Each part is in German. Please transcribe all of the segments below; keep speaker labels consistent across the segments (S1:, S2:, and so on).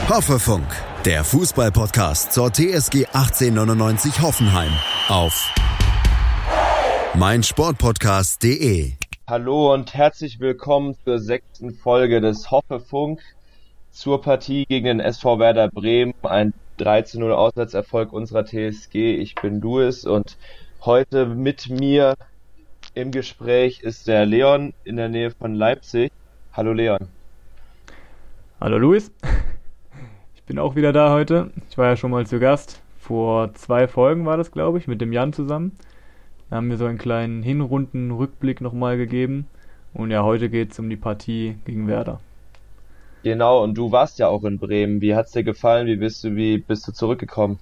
S1: Hoffefunk, der Fußball-Podcast zur TSG 1899 Hoffenheim auf meinsportpodcast.de.
S2: Hallo und herzlich willkommen zur 6. Folge des Hoffefunk zur Partie gegen den SV Werder Bremen. Ein 3:0 Auswärtserfolg unserer TSG. Ich bin Louis und heute mit mir im Gespräch ist der Leon in der Nähe von Leipzig. Hallo Leon.
S3: Hallo Luis, ich bin auch wieder da heute. Ich war ja schon mal zu Gast. Vor 2 Folgen war das, glaube ich, mit dem Jan zusammen. Da haben wir so einen kleinen Hinrundenrückblick nochmal gegeben. Und ja, heute geht es um die Partie gegen Werder.
S2: Genau, und du warst ja auch in Bremen. Wie hat's dir gefallen? Wie bist du zurückgekommen?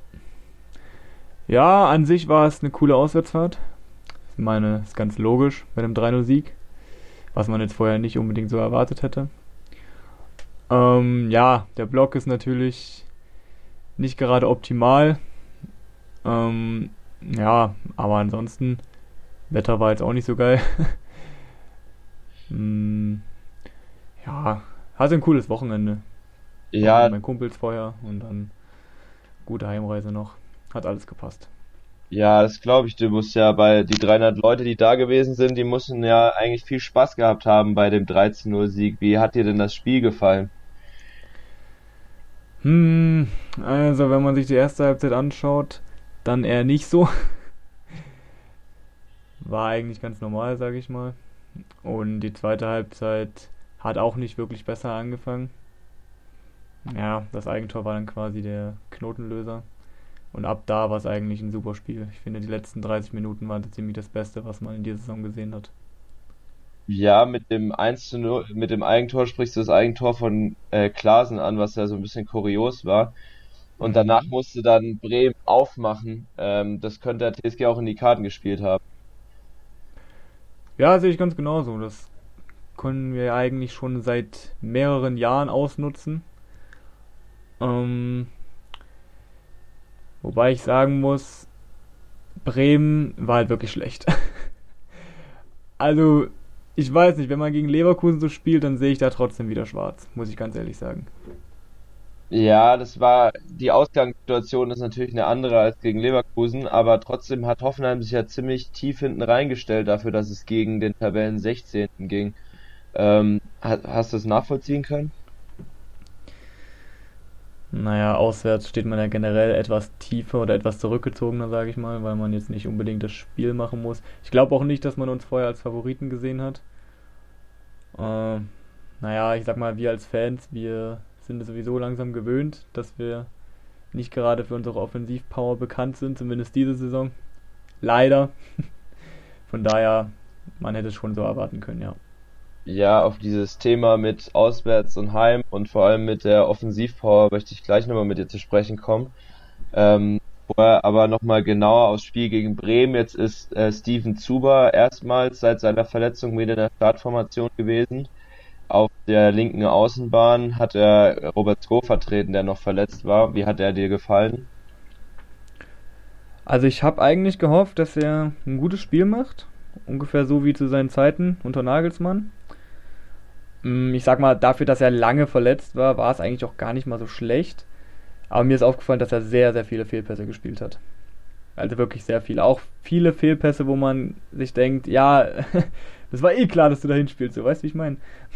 S3: Ja, an sich war es eine coole Auswärtsfahrt. Ich meine, ist ganz logisch bei einem 3:0-Sieg, was man jetzt vorher nicht unbedingt so erwartet hätte. Ja, der Block ist natürlich nicht gerade optimal. Ja, aber ansonsten, Wetter war jetzt auch nicht so geil. Ja, hatte ein cooles Wochenende.
S2: Ja,
S3: Mit meinen Kumpels vorher und dann gute Heimreise noch. Hat alles gepasst.
S2: ja, das glaube ich. Du musst ja bei die 300 Leute, die da gewesen sind, die müssen ja eigentlich viel Spaß gehabt haben bei dem 13:0-Sieg. Wie hat dir denn das Spiel gefallen?
S3: Also wenn man sich die erste Halbzeit anschaut, dann eher nicht so. War eigentlich ganz normal, sage ich mal. Und die zweite Halbzeit hat auch nicht wirklich besser angefangen. Ja, das Eigentor war dann quasi der Knotenlöser. Und ab da war es eigentlich ein super Spiel. Ich finde, die letzten 30 Minuten waren so ziemlich das Beste, was man in dieser Saison gesehen hat.
S2: Ja, mit dem 1:0, mit dem Eigentor sprichst du das Eigentor von Klaasen an, was ja so ein bisschen kurios war. Und danach musste dann Bremen aufmachen. Das könnte der TSG auch in die Karten gespielt haben.
S3: Ja, sehe ich ganz genauso. Das können wir eigentlich schon seit mehreren Jahren ausnutzen. Wobei ich sagen muss, Bremen war halt wirklich schlecht. Also, ich weiß nicht, wenn man gegen Leverkusen so spielt, dann sehe ich da trotzdem wieder schwarz, muss ich ganz ehrlich sagen.
S2: Ja, die Ausgangssituation ist natürlich eine andere als gegen Leverkusen, aber trotzdem hat Hoffenheim sich ja ziemlich tief hinten reingestellt dafür, dass es gegen den Tabellen 16. ging. Hast du es nachvollziehen können?
S3: Naja, auswärts steht man ja generell etwas tiefer oder etwas zurückgezogener, sage ich mal, weil man jetzt nicht unbedingt das Spiel machen muss. Ich glaube auch nicht, dass man uns vorher als Favoriten gesehen hat. Naja, ich sag mal, wir als Fans, wir sind es sowieso langsam gewöhnt, dass wir nicht gerade für unsere Offensivpower bekannt sind, zumindest diese Saison. Leider. Von daher, man hätte es schon so erwarten können, ja.
S2: Ja, auf dieses Thema mit Auswärts und Heim und vor allem mit der Offensivpower möchte ich gleich nochmal mit dir zu sprechen kommen. Vorher aber nochmal genauer aufs Spiel gegen Bremen. Jetzt ist Steven Zuber erstmals seit seiner Verletzung wieder in der Startformation gewesen. Auf der linken Außenbahn hat er Robert Sko vertreten, der noch verletzt war. Wie hat er dir gefallen?
S3: Also ich habe eigentlich gehofft, dass er ein gutes Spiel macht. Ungefähr so wie zu seinen Zeiten unter Nagelsmann. Ich sag mal, dafür, dass er lange verletzt war, war es eigentlich auch gar nicht mal so schlecht. Aber mir ist aufgefallen, dass er sehr, sehr viele Fehlpässe gespielt hat. Also wirklich sehr viele. Auch viele Fehlpässe, wo man sich denkt, ja, das war eh klar, dass du da hinspielst. So, weißt du, wie ich meine?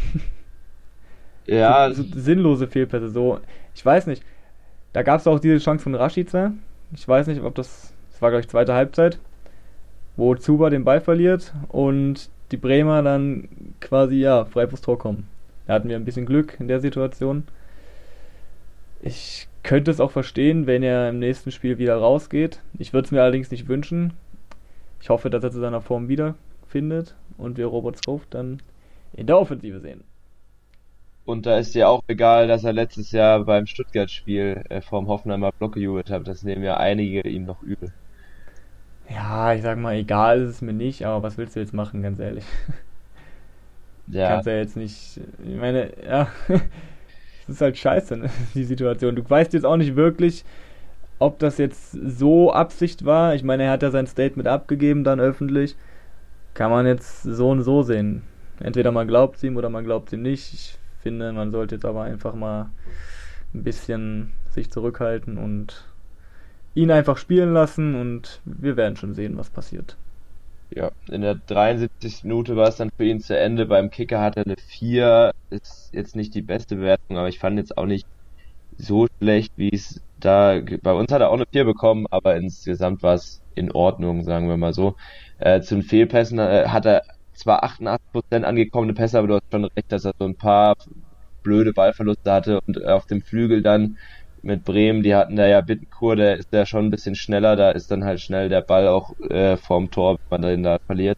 S2: Ja,
S3: So sinnlose Fehlpässe. So, ich weiß nicht. Da gab es auch diese Chance von Rashica. Ich weiß nicht, ob das war, glaube ich, zweite Halbzeit, wo Zuba den Ball verliert und die Bremer dann quasi, ja, frei fürs Tor kommen. Da hatten wir ein bisschen Glück in der Situation. Ich könnte es auch verstehen, wenn er im nächsten Spiel wieder rausgeht. Ich würde es mir allerdings nicht wünschen. Ich hoffe, dass er zu seiner Form wiederfindet und wir Robert Skov dann in der Offensive sehen.
S2: und da ist dir auch egal, dass er letztes Jahr beim Stuttgart-Spiel vorm Hoffenheimer Block gejubelt hat. Das nehmen ja einige ihm noch übel.
S3: Ja, ich sag mal, egal ist es mir nicht, aber was willst du jetzt machen, ganz ehrlich?
S2: Ja,
S3: Kannst ja jetzt nicht, ich meine, ja, es ist halt scheiße, ne, die Situation. Du weißt jetzt auch nicht wirklich, ob das jetzt so Absicht war. Ich meine, er hat ja sein Statement abgegeben, dann öffentlich. Kann man jetzt so und so sehen. Entweder man glaubt ihm oder man glaubt ihm nicht. Ich finde, man sollte jetzt aber einfach mal ein bisschen sich zurückhalten und ihn einfach spielen lassen und wir werden schon sehen, was passiert.
S2: Ja, in der 73. Minute war es dann für ihn zu Ende. Beim Kicker hat er eine 4. Ist jetzt nicht die beste Bewertung, aber ich fand jetzt auch nicht so schlecht, wie es da, bei uns hat er auch eine 4 bekommen, aber insgesamt war es in Ordnung, sagen wir mal so. Zu den Fehlpässen hat er zwar 88% angekommene Pässe, aber du hast schon recht, dass er so ein paar blöde Ballverluste hatte und auf dem Flügel dann mit Bremen, die hatten da ja Bittencourt, der ist ja schon ein bisschen schneller, da ist dann halt schnell der Ball auch vorm Tor, wenn man den da verliert.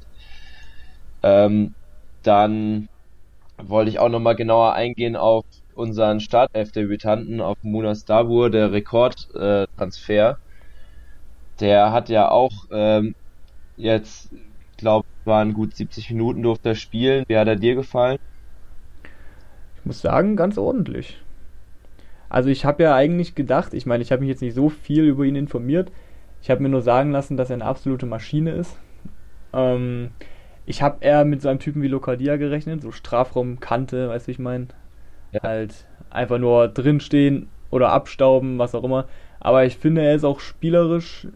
S2: Dann wollte ich auch nochmal genauer eingehen auf unseren Startelf-Debütanten, auf Munas Dabbur, der Rekordtransfer. Der hat ja auch jetzt, glaube waren gut 70 Minuten durfte er spielen. Wie hat er dir gefallen?
S3: Ich muss sagen, ganz ordentlich. Also ich habe ja eigentlich gedacht, ich meine, ich habe mich jetzt nicht so viel über ihn informiert. Ich habe mir nur sagen lassen, dass er eine absolute Maschine ist. Ich habe eher mit so einem Typen wie Locadia gerechnet, so Strafraumkante, weißt du, wie ich meine?
S2: Ja.
S3: Halt einfach nur drinstehen oder abstauben, was auch immer. Aber ich finde, er ist auch spielerisch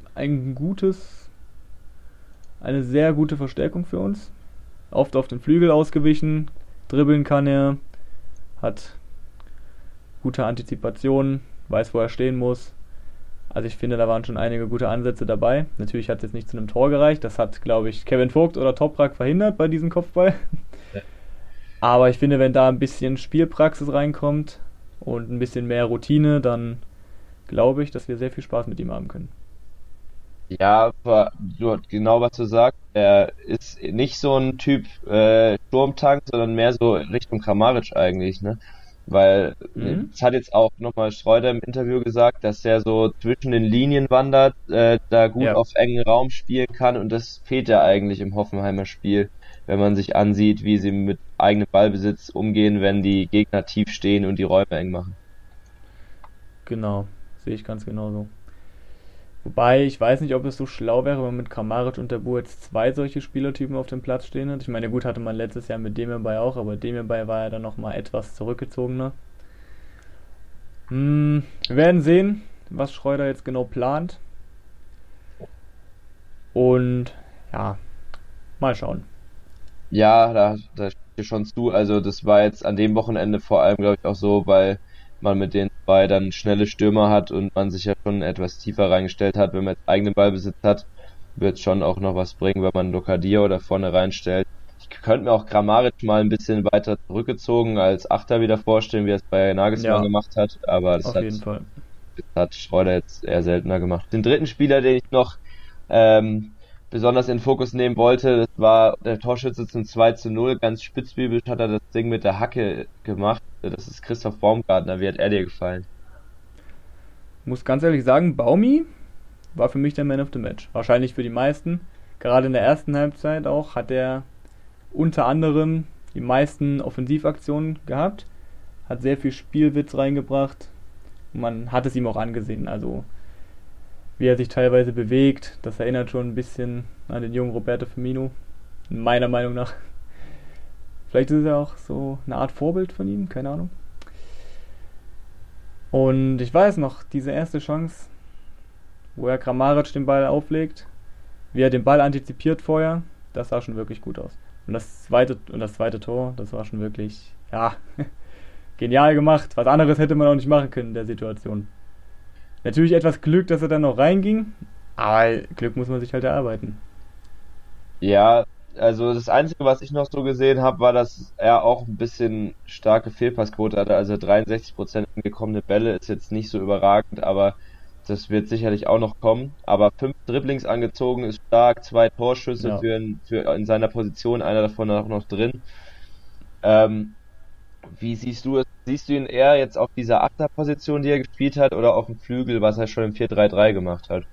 S3: eine sehr gute Verstärkung für uns. Oft auf den Flügel ausgewichen, dribbeln kann er, hat gute Antizipation, weiß, wo er stehen muss. Also ich finde, da waren schon einige gute Ansätze dabei. Natürlich hat es jetzt nicht zu einem Tor gereicht. Das hat, glaube ich, Kevin Vogt oder Toprak verhindert bei diesem Kopfball.
S2: Ja.
S3: Aber ich finde, wenn da ein bisschen Spielpraxis reinkommt und ein bisschen mehr Routine, dann glaube ich, dass wir sehr viel Spaß mit ihm haben können.
S2: Ja, aber du hast genau was du sagst. Er ist nicht so ein Typ Sturmtank, sondern mehr so Richtung Kramaric eigentlich, ne? Weil es hat jetzt auch nochmal Schreuder im Interview gesagt, dass er so zwischen den Linien wandert, da gut
S3: Ja.
S2: auf engen Raum spielen kann und das fehlt ja eigentlich im Hoffenheimer Spiel, wenn man sich ansieht, wie sie mit eigenem Ballbesitz umgehen, wenn die Gegner tief stehen und die Räume eng machen.
S3: Genau, sehe ich ganz genauso. Wobei, ich weiß nicht, ob es so schlau wäre, wenn man mit Kramaric und Dabbur jetzt zwei solche Spielertypen auf dem Platz stehen hat. Ich meine, gut, hatte man letztes Jahr mit Demirbay auch, aber Demirbay war ja dann nochmal etwas zurückgezogener. Wir werden sehen, was Schreuder jetzt genau plant. Und ja, mal schauen.
S2: Ja, da steht dir schon zu. Also das war jetzt an dem Wochenende vor allem, glaube ich, auch so, weil man mit den zwei dann schnelle Stürmer hat und man sich ja schon etwas tiefer reingestellt hat. Wenn man jetzt eigenen Ballbesitz hat, wird es schon auch noch was bringen, wenn man Locadia oder vorne reinstellt. Ich könnte mir auch Kramaric mal ein bisschen weiter zurückgezogen als Achter wieder vorstellen, wie er es bei Nagelsmann
S3: Ja,
S2: gemacht hat, aber
S3: auf jeden Fall.
S2: das hat Schreuder jetzt eher seltener gemacht. Den dritten Spieler, den ich noch besonders in den Fokus nehmen wollte, das war der Torschütze zum 2:0. Ganz spitzbübisch hat er das Ding mit der Hacke gemacht. Das ist Christoph Baumgartner. Wie hat er dir gefallen?
S3: Muss ganz ehrlich sagen, Baumi war für mich der Man of the Match. Wahrscheinlich für die meisten. Gerade in der ersten Halbzeit auch hat er unter anderem die meisten Offensivaktionen gehabt. Hat sehr viel Spielwitz reingebracht. Man hat es ihm auch angesehen. Also wie er sich teilweise bewegt, das erinnert schon ein bisschen an den jungen Roberto Firmino. Meiner Meinung nach. Vielleicht ist er auch so eine Art Vorbild von ihm, keine Ahnung. Und ich weiß noch, diese erste Chance, wo er Kramaric den Ball auflegt, wie er den Ball antizipiert vorher, das sah schon wirklich gut aus. Und das zweite Tor, das war schon wirklich, ja, genial gemacht. Was anderes hätte man auch nicht machen können in der Situation. Natürlich etwas Glück, dass er dann noch reinging, aber Glück muss man sich halt erarbeiten.
S2: Ja, also das Einzige, was ich noch so gesehen habe, war, dass er auch ein bisschen starke Fehlpassquote hatte. Also 63% angekommene Bälle ist jetzt nicht so überragend, aber das wird sicherlich auch noch kommen. Aber 5 Dribblings angezogen ist stark, 2 Torschüsse
S3: Ja.
S2: für in seiner Position, einer davon auch noch drin. Wie siehst du es? Siehst du ihn eher jetzt auf dieser Achterposition, die er gespielt hat, oder auf dem Flügel, was er schon im 4-3-3 gemacht hat?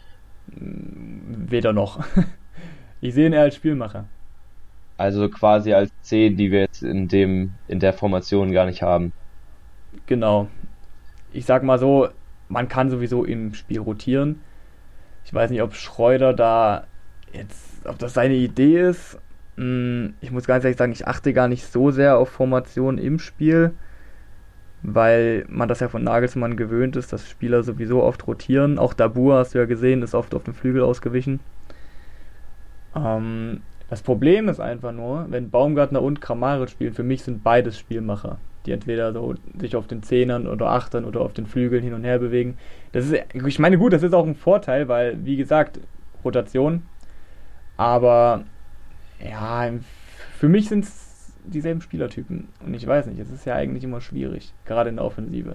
S3: Weder noch. Ich sehe ihn eher als Spielmacher.
S2: Also quasi als 10, die wir jetzt in der Formation gar nicht haben.
S3: Genau. Ich sag mal so, man kann sowieso im Spiel rotieren. Ich weiß nicht, ob Schreuder da jetzt, ob das seine Idee ist. Ich muss ganz ehrlich sagen, ich achte gar nicht so sehr auf Formation im Spiel. weil man das ja von Nagelsmann gewöhnt ist, dass Spieler sowieso oft rotieren. Auch Dabur, hast du ja gesehen, ist oft auf den Flügel ausgewichen. Das Problem ist einfach nur, wenn Baumgartner und Kramaric spielen, für mich sind beides Spielmacher, die entweder so sich auf den Zehnern oder Achtern oder auf den Flügeln hin und her bewegen. Das ist, ich meine, gut, das ist auch ein Vorteil, weil, wie gesagt, Rotation. Aber ja, für mich sind es dieselben Spielertypen. Und ich weiß nicht, es ist ja eigentlich immer schwierig, gerade in der Offensive.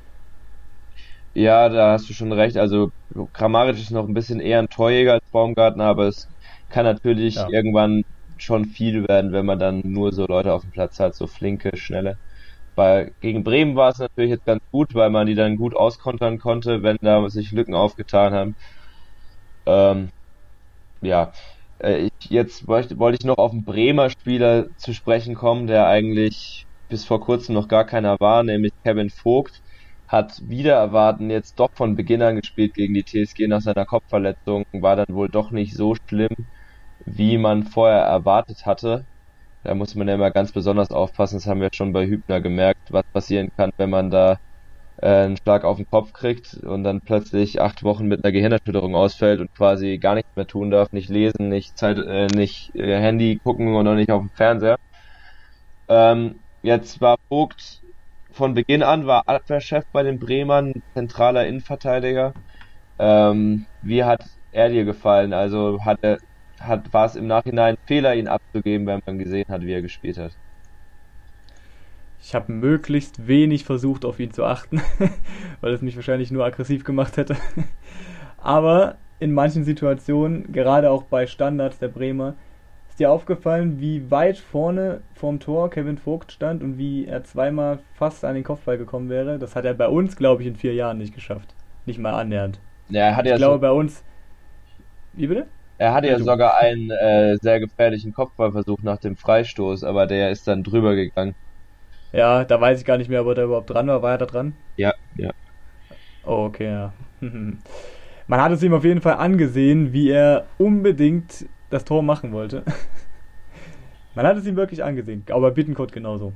S2: Ja, da hast du schon recht. Also Kramaric ist noch ein bisschen eher ein Torjäger als Baumgartner, aber es kann natürlich
S3: Ja.
S2: irgendwann schon viel werden, wenn man dann nur so Leute auf dem Platz hat, so flinke, schnelle. Gegen Bremen war es natürlich jetzt ganz gut, weil man die dann gut auskontern konnte, wenn da sich Lücken aufgetan haben. Ähm, ja, jetzt wollte ich noch auf einen Bremer Spieler zu sprechen kommen, der eigentlich bis vor kurzem noch gar keiner war, nämlich Kevin Vogt. Hat wieder erwarten jetzt doch von Beginn an gespielt gegen die TSG nach seiner Kopfverletzung, war dann wohl doch nicht so schlimm, wie man vorher erwartet hatte. Da muss man ja immer ganz besonders aufpassen, das haben wir schon bei Hübner gemerkt, was passieren kann, wenn man da einen Schlag auf den Kopf kriegt und dann plötzlich 8 Wochen mit einer Gehirnerschütterung ausfällt und quasi gar nichts mehr tun darf, nicht lesen, nicht Handy gucken und auch nicht auf dem Fernseher. Jetzt war Vogt von Beginn an, war Abwehrchef bei den Bremern, zentraler Innenverteidiger. Wie hat er dir gefallen? Also war es im Nachhinein ein Fehler, ihn abzugeben, wenn man gesehen hat, wie er gespielt hat?
S3: Ich habe möglichst wenig versucht, auf ihn zu achten, weil es mich wahrscheinlich nur aggressiv gemacht hätte. Aber in manchen Situationen, gerade auch bei Standards der Bremer, ist dir aufgefallen, wie weit vorne vorm Tor Kevin Vogt stand und wie er zweimal fast an den Kopfball gekommen wäre? Das hat er bei uns, glaube ich, in 4 Jahren nicht geschafft. Nicht mal annähernd.
S2: Ja,
S3: Ich glaube, bei uns... Wie bitte?
S2: er hatte ja
S3: Du.
S2: sogar einen sehr gefährlichen Kopfballversuch nach dem Freistoß, aber der ist dann drüber gegangen.
S3: Ja, da weiß ich gar nicht mehr, ob er da überhaupt dran war. War er da dran?
S2: Ja, ja.
S3: Oh, okay, ja. Man hat es ihm auf jeden Fall angesehen, wie er unbedingt das Tor machen wollte. Man hat es ihm wirklich angesehen, aber Bittencourt genauso.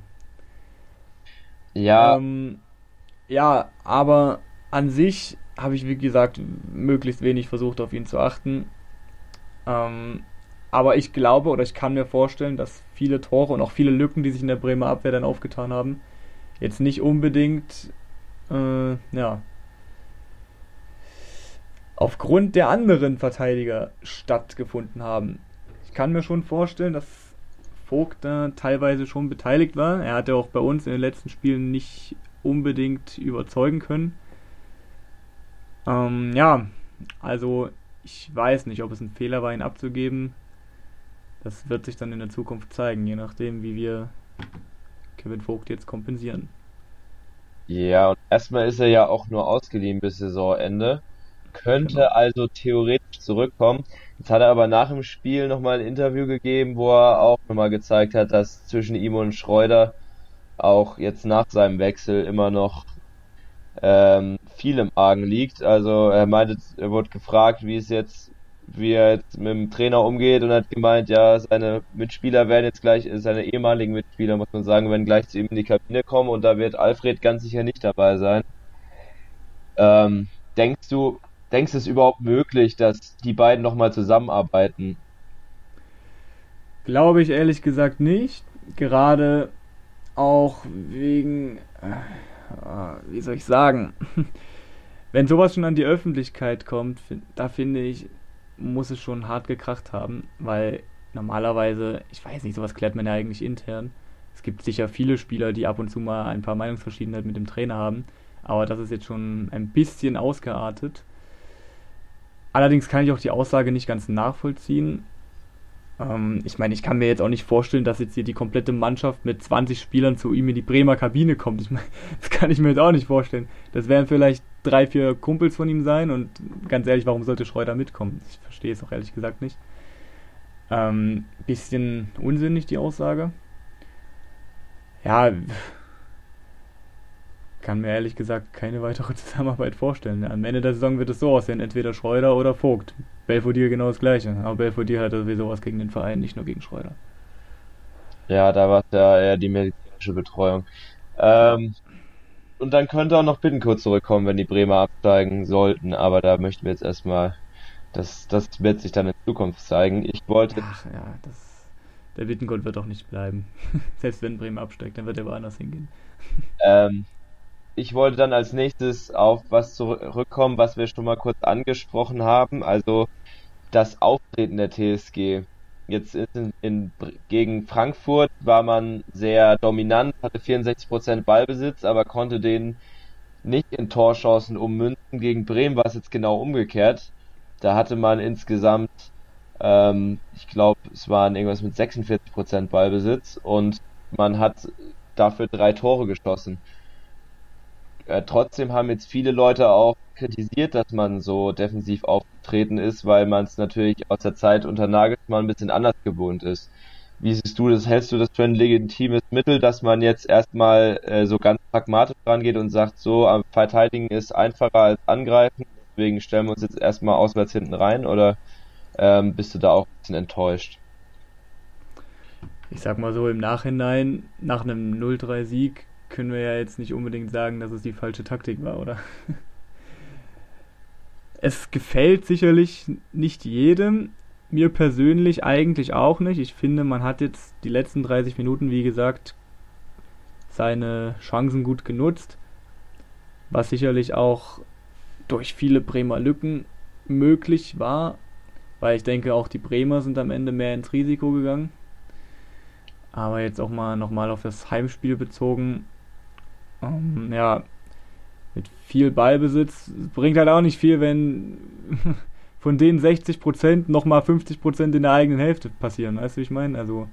S2: Ja,
S3: Ähm, ja, aber an sich habe ich, wie gesagt, möglichst wenig versucht, auf ihn zu achten. Ähm, aber ich glaube oder ich kann mir vorstellen, dass viele Tore und auch viele Lücken, die sich in der Bremer Abwehr dann aufgetan haben, jetzt nicht unbedingt ja, aufgrund der anderen Verteidiger stattgefunden haben. Ich kann mir schon vorstellen, dass Vogt da teilweise schon beteiligt war. Er hat ja auch bei uns in den letzten Spielen nicht unbedingt überzeugen können. Ja, also ich weiß nicht, ob es ein Fehler war, ihn abzugeben. Das wird sich dann in der Zukunft zeigen, je nachdem, wie wir Kevin Vogt jetzt kompensieren.
S2: ja, und erstmal ist er ja auch nur ausgeliehen bis Saisonende. Könnte
S3: Genau.
S2: also theoretisch zurückkommen. Jetzt hat er aber nach dem Spiel nochmal ein Interview gegeben, wo er auch nochmal gezeigt hat, dass zwischen ihm und Schreuder auch jetzt nach seinem Wechsel immer noch viel im Argen liegt. Also er meinte, er wurde gefragt, wie er jetzt mit dem Trainer umgeht und hat gemeint, ja, seine Mitspieler werden jetzt gleich, seine ehemaligen Mitspieler, muss man sagen, werden gleich zu ihm in die Kabine kommen und da wird Alfred ganz sicher nicht dabei sein. Ähm, denkst du, denkst du es überhaupt möglich, dass die beiden nochmal zusammenarbeiten?
S3: Glaube ich ehrlich gesagt nicht. Gerade auch wegen, wie soll ich sagen, wenn sowas schon an die Öffentlichkeit kommt, da finde ich, muss es schon hart gekracht haben, weil normalerweise, ich weiß nicht, sowas klärt man ja eigentlich intern. Es gibt sicher viele Spieler, die ab und zu mal ein paar Meinungsverschiedenheiten mit dem Trainer haben, aber das ist jetzt schon ein bisschen ausgeartet. Allerdings kann ich auch die Aussage nicht ganz nachvollziehen. Ich meine, ich kann mir jetzt auch nicht vorstellen, dass jetzt hier die komplette Mannschaft mit 20 Spielern zu ihm in die Bremer Kabine kommt. Ich meine, das kann ich mir jetzt auch nicht vorstellen. Das werden vielleicht 3, 4 Kumpels von ihm sein und ganz ehrlich, warum sollte Schreuder mitkommen? Ich verstehe es auch ehrlich gesagt nicht. Bisschen unsinnig die Aussage. Ja, kann mir ehrlich gesagt keine weitere Zusammenarbeit vorstellen. Am Ende der Saison wird es so aussehen, entweder Schreuder oder Vogt. Belfodil genau das gleiche. Aber Belfodil hat sowieso was gegen den Verein, nicht nur gegen Schreuder.
S2: Ja, da war es ja eher die medizinische Betreuung. Ähm, Und dann könnte auch noch Bittencourt zurückkommen, wenn die Bremer absteigen sollten, aber da möchten wir jetzt erstmal, das wird sich dann in Zukunft zeigen.
S3: Ach ja, der Bittencourt wird auch nicht bleiben. Selbst wenn Bremen absteigt, dann wird er woanders hingehen.
S2: Ich wollte dann als nächstes auf was zurückkommen, was wir schon mal kurz angesprochen haben, also das Auftreten der TSG. Jetzt gegen Frankfurt war man sehr dominant, hatte 64% Ballbesitz, aber konnte den nicht in Torchancen ummünzen. Gegen Bremen war es jetzt genau umgekehrt. Da hatte man insgesamt, ich glaube, es waren irgendwas mit 46% Ballbesitz und man hat dafür 3 Tore geschossen. Trotzdem haben jetzt viele Leute auch kritisiert, dass man so defensiv aufgetreten ist, weil man es natürlich aus der Zeit unter Nagelsmann ein bisschen anders gewohnt ist. Wie siehst du das? Hältst du das für ein legitimes Mittel, dass man jetzt erstmal so ganz pragmatisch rangeht und sagt, so, am Verteidigen ist einfacher als angreifen, deswegen stellen wir uns jetzt erstmal auswärts hinten rein, oder bist du da auch ein bisschen enttäuscht?
S3: Ich sag mal so, im Nachhinein, nach einem 0-3-Sieg, können wir ja jetzt nicht unbedingt sagen, dass es die falsche Taktik war, oder? Es gefällt sicherlich nicht jedem, mir persönlich eigentlich auch nicht. Ich finde, man hat jetzt die letzten 30 Minuten, wie gesagt, seine Chancen gut genutzt, was sicherlich auch durch viele Bremer Lücken möglich war, weil ich denke, auch die Bremer sind am Ende mehr ins Risiko gegangen. Aber jetzt auch mal nochmal auf das Heimspiel bezogen, ja, mit viel Ballbesitz bringt halt auch nicht viel, wenn von den 60% nochmal 50% in der eigenen Hälfte passieren, weißt du, wie ich meine? Also,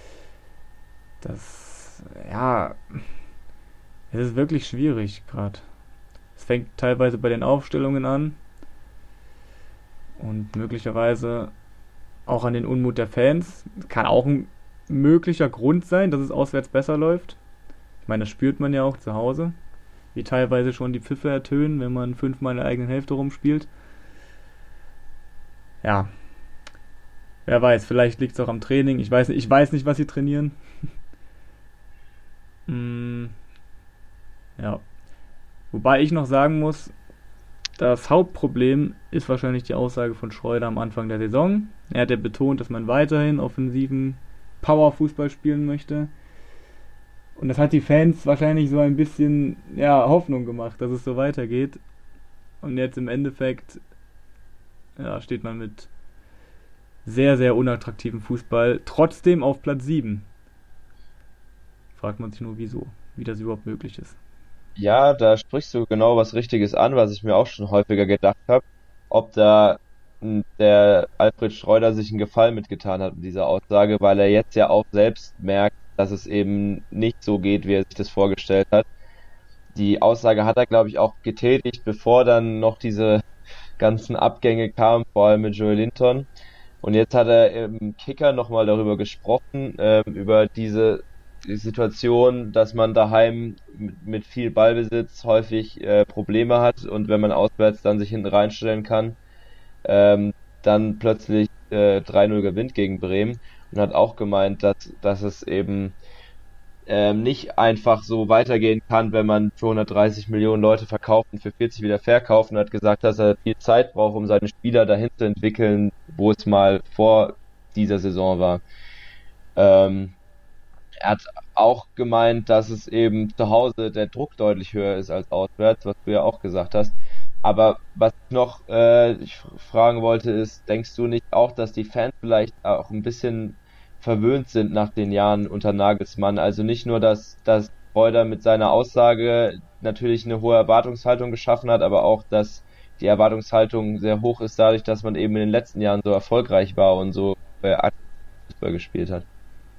S3: das, ja, es ist wirklich schwierig gerade. Es fängt teilweise bei den Aufstellungen an und möglicherweise auch an den Unmut der Fans. Kann auch ein möglicher Grund sein, dass es auswärts besser läuft. Ich meine, das spürt man ja auch zu Hause, wie teilweise schon die Pfiffe ertönen, wenn man 5-mal in der eigenen Hälfte rumspielt. Ja, wer weiß, vielleicht liegt es auch am Training. Ich weiß nicht, was sie trainieren. Ja. Wobei ich noch sagen muss, das Hauptproblem ist wahrscheinlich die Aussage von Schreuder am Anfang der Saison. Er hat ja betont, dass man weiterhin offensiven Power-Fußball spielen möchte. Und das hat die Fans wahrscheinlich so ein bisschen, ja, Hoffnung gemacht, dass es so weitergeht. Und jetzt im Endeffekt, ja, steht man mit sehr, sehr unattraktivem Fußball trotzdem auf Platz 7. Fragt man sich nur, wieso, wie das überhaupt möglich ist.
S2: Ja, da sprichst du genau was Richtiges an, was ich mir auch schon häufiger gedacht habe, ob da der Alfred Schreuder sich einen Gefallen mitgetan hat mit dieser Aussage, weil er jetzt ja auch selbst merkt, dass es eben nicht so geht, wie er sich das vorgestellt hat. Die Aussage hat er, glaube ich, auch getätigt, bevor dann noch diese ganzen Abgänge kamen, vor allem mit Joel Linton. Und jetzt hat er im Kicker nochmal darüber gesprochen, über diese Situation, dass man daheim mit viel Ballbesitz häufig Probleme hat und wenn man auswärts dann sich hinten reinstellen kann, dann plötzlich 3-0 gewinnt gegen Bremen, und hat auch gemeint, dass es eben nicht einfach so weitergehen kann, wenn man für 130 Millionen Leute verkauft und für 40 wieder verkauft, und hat gesagt, dass er viel Zeit braucht, um seine Spieler dahin zu entwickeln, wo es mal vor dieser Saison war. Er hat auch gemeint, dass es eben zu Hause der Druck deutlich höher ist als auswärts, was du ja auch gesagt hast. Aber was ich noch fragen wollte ist, denkst du nicht auch, dass die Fans vielleicht auch ein bisschen verwöhnt sind nach den Jahren unter Nagelsmann? Also nicht nur, dass Schreuder mit seiner Aussage natürlich eine hohe Erwartungshaltung geschaffen hat, aber auch, dass die Erwartungshaltung sehr hoch ist dadurch, dass man eben in den letzten Jahren so erfolgreich war und so Fußball gespielt hat.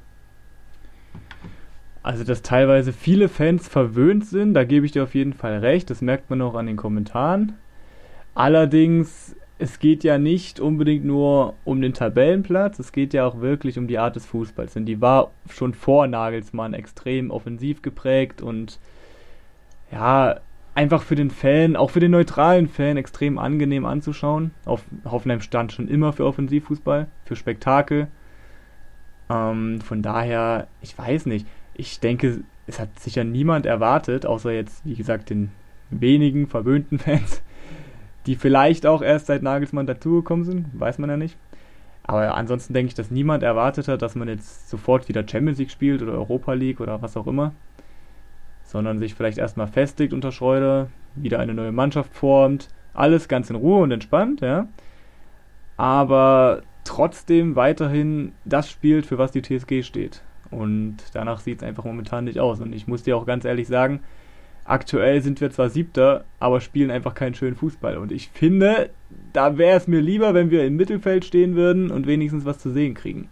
S3: Also, dass teilweise viele Fans verwöhnt sind, da gebe ich dir auf jeden Fall recht. Das merkt man auch an den Kommentaren. Allerdings, es geht ja nicht unbedingt nur um den Tabellenplatz, es geht ja auch wirklich um die Art des Fußballs. Und die war schon vor Nagelsmann extrem offensiv geprägt und ja, einfach für den Fan, auch für den neutralen Fan, extrem angenehm anzuschauen. Hoffenheim stand schon immer für Offensivfußball, für Spektakel. Von daher, ich weiß nicht. Ich denke, es hat sicher niemand erwartet, außer jetzt, wie gesagt, den wenigen verwöhnten Fans, die vielleicht auch erst seit Nagelsmann dazugekommen sind, weiß man ja nicht. Aber ansonsten denke ich, dass niemand erwartet hat, dass man jetzt sofort wieder Champions League spielt oder Europa League oder was auch immer, sondern sich vielleicht erstmal festigt unter Schreuder, wieder eine neue Mannschaft formt, alles ganz in Ruhe und entspannt, ja. Aber trotzdem weiterhin das spielt, für was die TSG steht. Und danach sieht es einfach momentan nicht aus. Und ich muss dir auch ganz ehrlich sagen, aktuell sind wir zwar Siebter, aber spielen einfach keinen schönen Fußball. Und ich finde, da wäre es mir lieber, wenn wir im Mittelfeld stehen würden und wenigstens was zu sehen kriegen.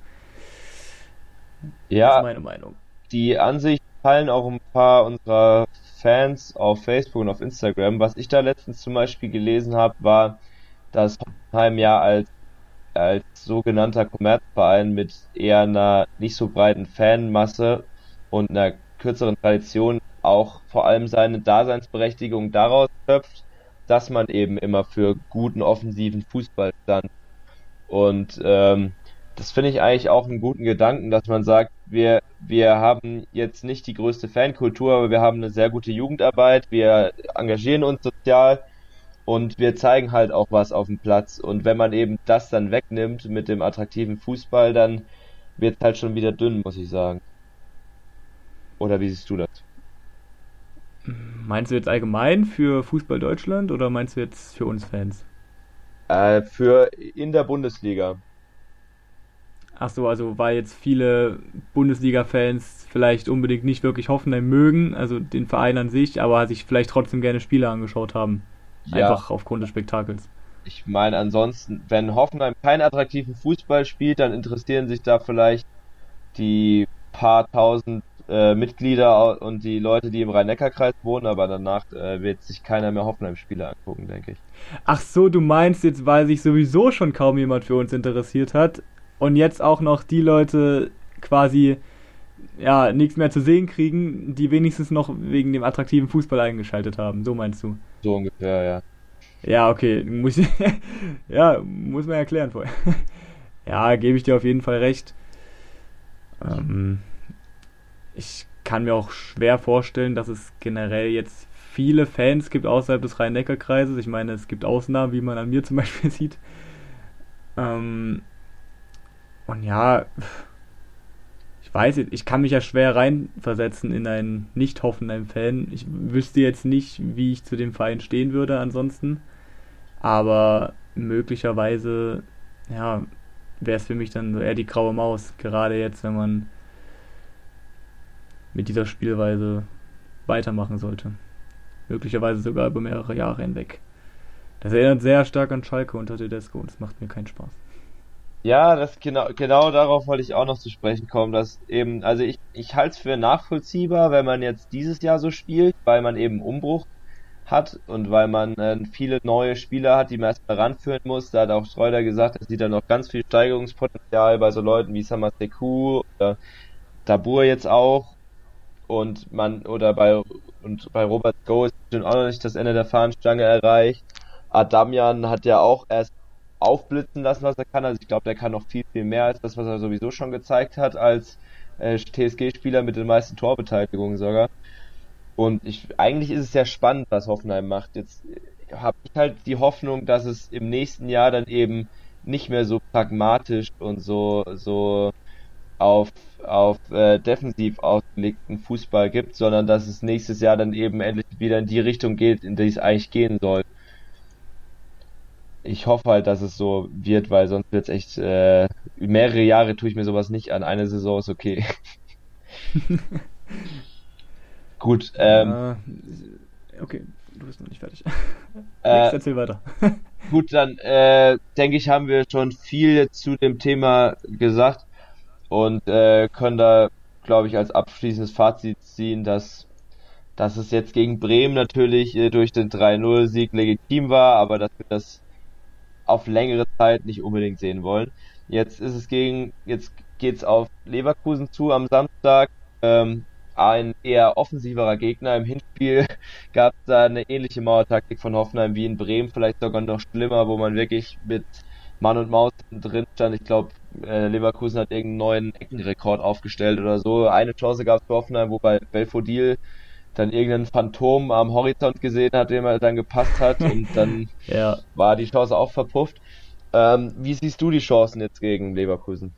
S2: Ja,
S3: das ist meine Meinung.
S2: Die Ansicht teilen auch ein paar unserer Fans auf Facebook und auf Instagram. Was ich da letztens zum Beispiel gelesen habe, war, dass Hoffenheim ja als sogenannter Kommerzverein mit eher einer nicht so breiten Fanmasse und einer kürzeren Tradition auch vor allem seine Daseinsberechtigung daraus schöpft, dass man eben immer für guten offensiven Fußball stand. Und das finde ich eigentlich auch einen guten Gedanken, dass man sagt, wir haben jetzt nicht die größte Fankultur, aber wir haben eine sehr gute Jugendarbeit, wir engagieren uns sozial und wir zeigen halt auch was auf dem Platz. Und wenn man eben das dann wegnimmt mit dem attraktiven Fußball, dann wird es halt schon wieder dünn, muss ich sagen. Oder wie siehst du das?
S3: Meinst du jetzt allgemein für Fußball Deutschland oder meinst du jetzt für uns Fans?
S2: Für in der Bundesliga.
S3: Ach so, also weil jetzt viele Bundesliga-Fans vielleicht unbedingt nicht wirklich Hoffenheim mögen, also den Verein an sich, aber sich vielleicht trotzdem gerne Spiele angeschaut haben.
S2: Ja,
S3: Einfach aufgrund des Spektakels.
S2: ich meine ansonsten, wenn Hoffenheim keinen attraktiven Fußball spielt, dann interessieren sich da vielleicht die paar tausend Mitglieder und die Leute, die im Rhein-Neckar-Kreis wohnen, aber danach wird sich keiner mehr Hoffenheim-Spiele angucken, denke ich.
S3: Ach so, du meinst jetzt, weil sich sowieso schon kaum jemand für uns interessiert hat und jetzt auch noch die Leute quasi ja nichts mehr zu sehen kriegen, die wenigstens noch wegen dem attraktiven Fußball eingeschaltet haben. So meinst du?
S2: So ungefähr, ja.
S3: Ja, okay, ja, muss man erklären vorher. Ja, gebe ich dir auf jeden Fall recht. Ich kann mir auch schwer vorstellen, dass es generell jetzt viele Fans gibt außerhalb des Rhein-Neckar-Kreises. Ich meine, es gibt Ausnahmen, wie man an mir zum Beispiel sieht. Und ja, ich weiß nicht, ich kann mich ja schwer reinversetzen in einen Nicht-Hoffenheim-Fan. Ich wüsste jetzt nicht, wie ich zu dem Verein stehen würde ansonsten. Aber möglicherweise, ja, wäre es für mich dann so eher die graue Maus. Gerade jetzt, wenn man mit dieser Spielweise weitermachen sollte. Möglicherweise sogar über mehrere Jahre hinweg. Das erinnert sehr stark an Schalke unter Tedesco und es macht mir keinen Spaß.
S2: Ja, das genau darauf wollte ich auch noch zu sprechen kommen, dass eben, also ich halte es für nachvollziehbar, wenn man jetzt dieses Jahr so spielt, weil man eben Umbruch hat und weil man viele neue Spieler hat, die man erstmal ranführen muss. Da hat auch Schreuder gesagt, es sieht da noch ganz viel Steigerungspotenzial bei so Leuten wie Samaseku oder Dabur jetzt auch und bei Robert Go ist bestimmt auch noch nicht das Ende der Fahnenstange erreicht. Adamian hat ja auch erst aufblitzen lassen, was er kann. Also ich glaube, der kann noch viel, viel mehr als das, was er sowieso schon gezeigt hat als TSG-Spieler mit den meisten Torbeteiligungen sogar. Und eigentlich ist es ja spannend, was Hoffenheim macht. Jetzt habe ich halt die Hoffnung, dass es im nächsten Jahr dann eben nicht mehr so pragmatisch und so auf defensiv ausgelegten Fußball gibt, sondern dass es nächstes Jahr dann eben endlich wieder in die Richtung geht, in die es eigentlich gehen soll. Ich hoffe halt, dass es so wird, weil sonst wird es echt mehrere Jahre tue ich mir sowas nicht an. Eine Saison ist okay. Gut,
S3: okay, du bist noch nicht fertig.
S2: äh,
S3: Erzähl weiter.
S2: gut, dann denke ich, haben wir schon viel zu dem Thema gesagt und können da, glaube ich, als abschließendes Fazit ziehen, dass es jetzt gegen Bremen natürlich durch den 3-0-Sieg legitim war, aber dass wir das auf längere Zeit nicht unbedingt sehen wollen. Jetzt geht's auf Leverkusen zu am Samstag. Ein eher offensiverer Gegner. Im Hinspiel gab es da eine ähnliche Mauertaktik von Hoffenheim wie in Bremen, vielleicht sogar noch schlimmer, wo man wirklich mit Mann und Maus drin stand. Ich glaube, Leverkusen hat irgendeinen neuen Eckenrekord aufgestellt oder so. Eine Chance gab es für Hoffenheim, wobei Belfodil dann irgendein Phantom am Horizont gesehen hat, dem er dann gepasst hat und dann
S3: Ja.
S2: war die Chance auch verpufft. Wie siehst du die Chancen jetzt gegen Leverkusen?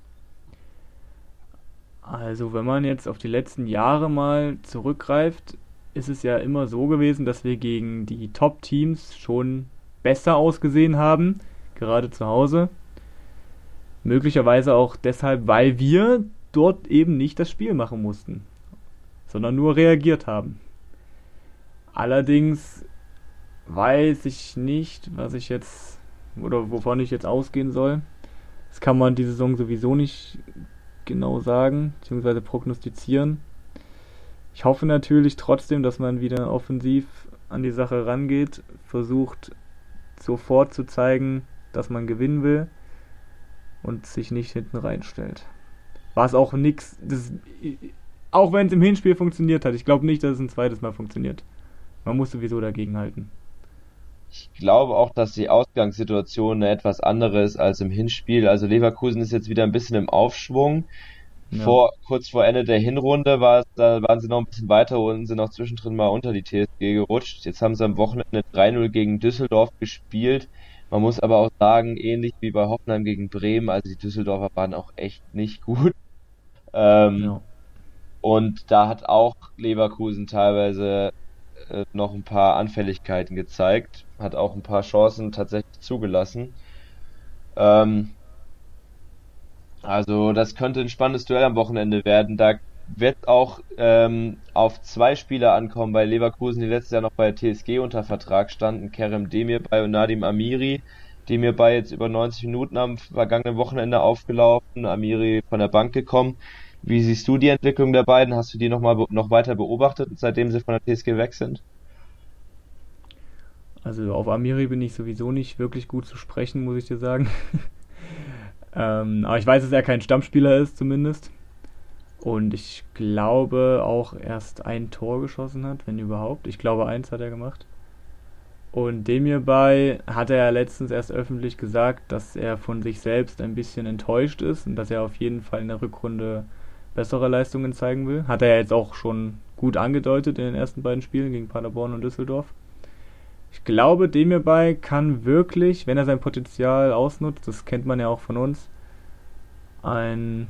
S3: Also, wenn man jetzt auf die letzten Jahre mal zurückgreift, ist es ja immer so gewesen, dass wir gegen die Top-Teams schon besser ausgesehen haben, gerade zu Hause. Möglicherweise auch deshalb, weil wir dort eben nicht das Spiel machen mussten, sondern nur reagiert haben. Allerdings weiß ich nicht, was ich jetzt oder wovon ich jetzt ausgehen soll. Das kann man die Saison sowieso nicht genau sagen, beziehungsweise prognostizieren. Ich hoffe natürlich trotzdem, dass man wieder offensiv an die Sache rangeht, versucht sofort zu zeigen, dass man gewinnen will und sich nicht hinten reinstellt. Was auch nix, auch wenn es im Hinspiel funktioniert hat, ich glaube nicht, dass es ein zweites Mal funktioniert. Man muss sowieso dagegenhalten.
S2: Ich glaube auch, dass die Ausgangssituation eine etwas andere ist als im Hinspiel. Also Leverkusen ist jetzt wieder ein bisschen im Aufschwung.
S3: Ja.
S2: Kurz vor Ende der Hinrunde da waren sie noch ein bisschen weiter und sind auch zwischendrin mal unter die TSG gerutscht. Jetzt haben sie am Wochenende 3-0 gegen Düsseldorf gespielt. Man muss aber auch sagen, ähnlich wie bei Hoffenheim gegen Bremen, also die Düsseldorfer waren auch echt nicht gut.
S3: Ja.
S2: Und da hat auch Leverkusen teilweise noch ein paar Anfälligkeiten gezeigt, hat auch ein paar Chancen tatsächlich zugelassen. Also das könnte ein spannendes Duell am Wochenende werden. Da wird auch auf zwei Spieler ankommen bei Leverkusen, die letztes Jahr noch bei der TSG unter Vertrag standen, Kerem Demirbay und Nadim Amiri. Demirbay jetzt über 90 Minuten am vergangenen Wochenende aufgelaufen, Amiri von der Bank gekommen. Wie siehst du die Entwicklung der beiden? Hast du die noch weiter beobachtet, seitdem sie von der TSG weg sind?
S3: Also auf Amiri bin ich sowieso nicht wirklich gut zu sprechen, muss ich dir sagen. Aber ich weiß, dass er kein Stammspieler ist, zumindest. Und ich glaube auch erst ein Tor geschossen hat, wenn überhaupt. Ich glaube, eins hat er gemacht. Und Demirbay hat er ja letztens erst öffentlich gesagt, dass er von sich selbst ein bisschen enttäuscht ist und dass er auf jeden Fall in der Rückrunde bessere Leistungen zeigen will. Hat er ja jetzt auch schon gut angedeutet in den ersten beiden Spielen gegen Paderborn und Düsseldorf. Ich glaube, Demirbay kann wirklich, wenn er sein Potenzial ausnutzt, das kennt man ja auch von uns, eine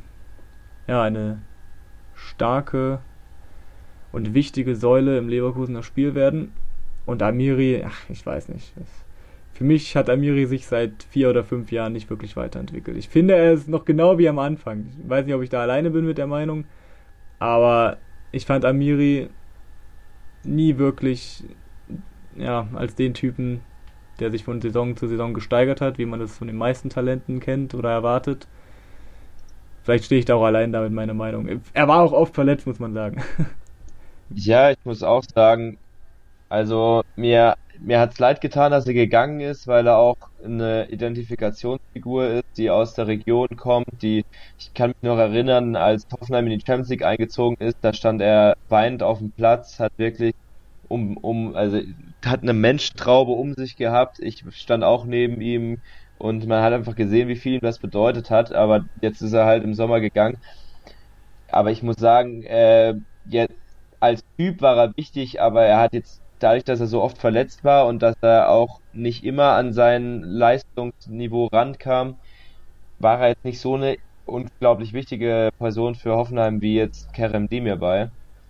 S3: starke und wichtige Säule im Leverkusener Spiel werden. Und Amiri, ich weiß nicht. Für mich hat Amiri sich seit 4 oder 5 Jahren nicht wirklich weiterentwickelt. Ich finde, er ist noch genau wie am Anfang. Ich weiß nicht, ob ich da alleine bin mit der Meinung, aber ich fand Amiri nie wirklich als den Typen, der sich von Saison zu Saison gesteigert hat, wie man das von den meisten Talenten kennt oder erwartet. Vielleicht stehe ich da auch allein da mit meiner Meinung. Er war auch oft verletzt, muss man sagen.
S2: Ja, ich muss auch sagen, also mir hat's leid getan, dass er gegangen ist, weil er auch eine Identifikationsfigur ist, die aus der Region kommt, ich kann mich noch erinnern, als Hoffenheim in die Champions League eingezogen ist, da stand er weinend auf dem Platz, hat wirklich also hat eine Menschentraube um sich gehabt. Ich stand auch neben ihm und man hat einfach gesehen, wie viel ihm das bedeutet hat, aber jetzt ist er halt im Sommer gegangen. Aber ich muss sagen, jetzt als Typ war er wichtig, aber er hat jetzt dadurch, dass er so oft verletzt war und dass er auch nicht immer an sein Leistungsniveau rankam, war er jetzt nicht so eine unglaublich wichtige Person für Hoffenheim wie jetzt Kerem Demirbay.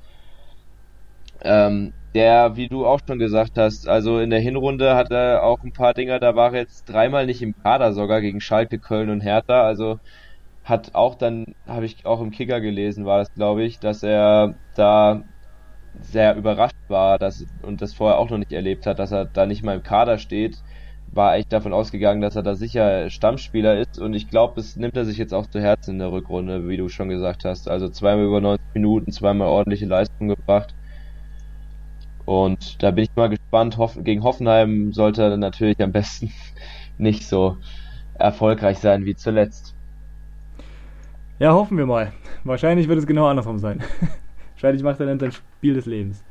S2: Der, wie du auch schon gesagt hast, also in der Hinrunde hat er auch ein paar Dinger, da war er jetzt 3-mal nicht im Kader sogar gegen Schalke, Köln und Hertha, also hat auch dann, habe ich auch im Kicker gelesen, war das glaube ich, dass er da sehr überrascht war, und das vorher auch noch nicht erlebt hat, dass er da nicht mal im Kader steht, war echt davon ausgegangen, dass er da sicher Stammspieler ist und ich glaube, das nimmt er sich jetzt auch zu Herzen in der Rückrunde, wie du schon gesagt hast, also 2-mal über 90 Minuten, 2-mal ordentliche Leistung gebracht. Und da bin ich mal gespannt. Gegen Hoffenheim sollte er dann natürlich am besten nicht so erfolgreich sein wie zuletzt.
S3: Ja, hoffen wir mal. Wahrscheinlich wird es genau andersrum sein. Wahrscheinlich macht er dann sein Spiel des Lebens.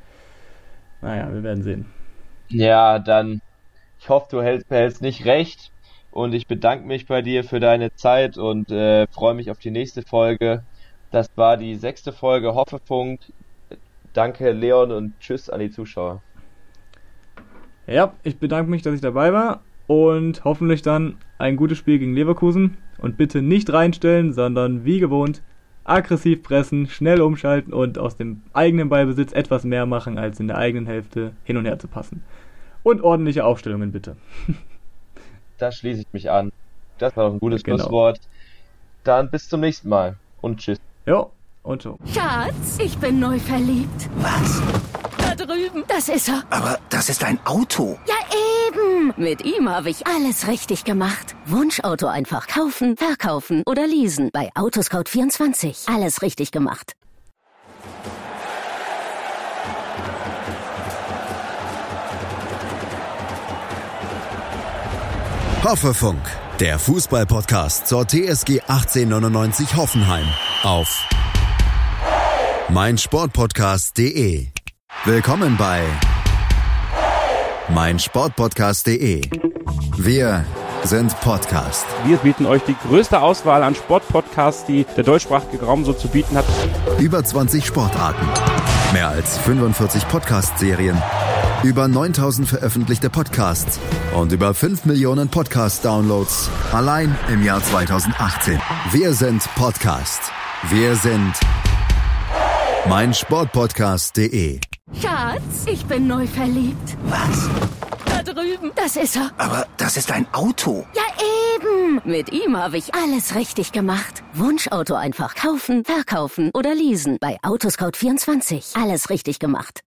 S3: Naja, wir werden sehen.
S2: Ja, dann, ich hoffe, du behältst nicht recht. und ich bedanke mich bei dir für deine Zeit und freue mich auf die nächste Folge. Das war die 6. Folge Hoffefunk. Danke Leon und tschüss an die Zuschauer.
S3: Ja, ich bedanke mich, dass ich dabei war und hoffentlich dann ein gutes Spiel gegen Leverkusen. Und bitte nicht reinstellen, sondern wie gewohnt aggressiv pressen, schnell umschalten und aus dem eigenen Ballbesitz etwas mehr machen, als in der eigenen Hälfte hin und her zu passen. Und ordentliche Aufstellungen bitte.
S2: Da schließe ich mich an. Das war doch ein gutes Schlusswort. Dann bis zum nächsten Mal und tschüss.
S3: Jo, und ciao.
S4: Schatz, ich bin neu verliebt.
S5: Was?
S4: Da drüben. Das ist er.
S5: Aber das ist ein Auto.
S4: Ja, eben. Mit ihm habe ich alles richtig gemacht. Wunschauto einfach kaufen, verkaufen oder leasen. Bei Autoscout24. Alles richtig gemacht.
S1: Hoffefunk, der Fußball-Podcast zur TSG 1899 Hoffenheim auf meinsportpodcast.de. Willkommen bei meinsportpodcast.de. Wir sind Podcast.
S6: Wir bieten euch die größte Auswahl an Sportpodcasts, die der deutschsprachige Raum so zu bieten hat.
S1: Über 20 Sportarten, mehr als 45 Podcast-Serien, über 9000 veröffentlichte Podcasts und über 5 Millionen Podcast-Downloads allein im Jahr 2018. Wir sind Podcast. Wir sind meinsportpodcast.de.
S4: Schatz, ich bin neu verliebt.
S5: Was?
S4: Da drüben. Das ist er.
S5: Aber das ist ein Auto.
S4: Ja, eben. Mit ihm habe ich alles richtig gemacht. Wunschauto einfach kaufen, verkaufen oder leasen. Bei Autoscout24. Alles richtig gemacht.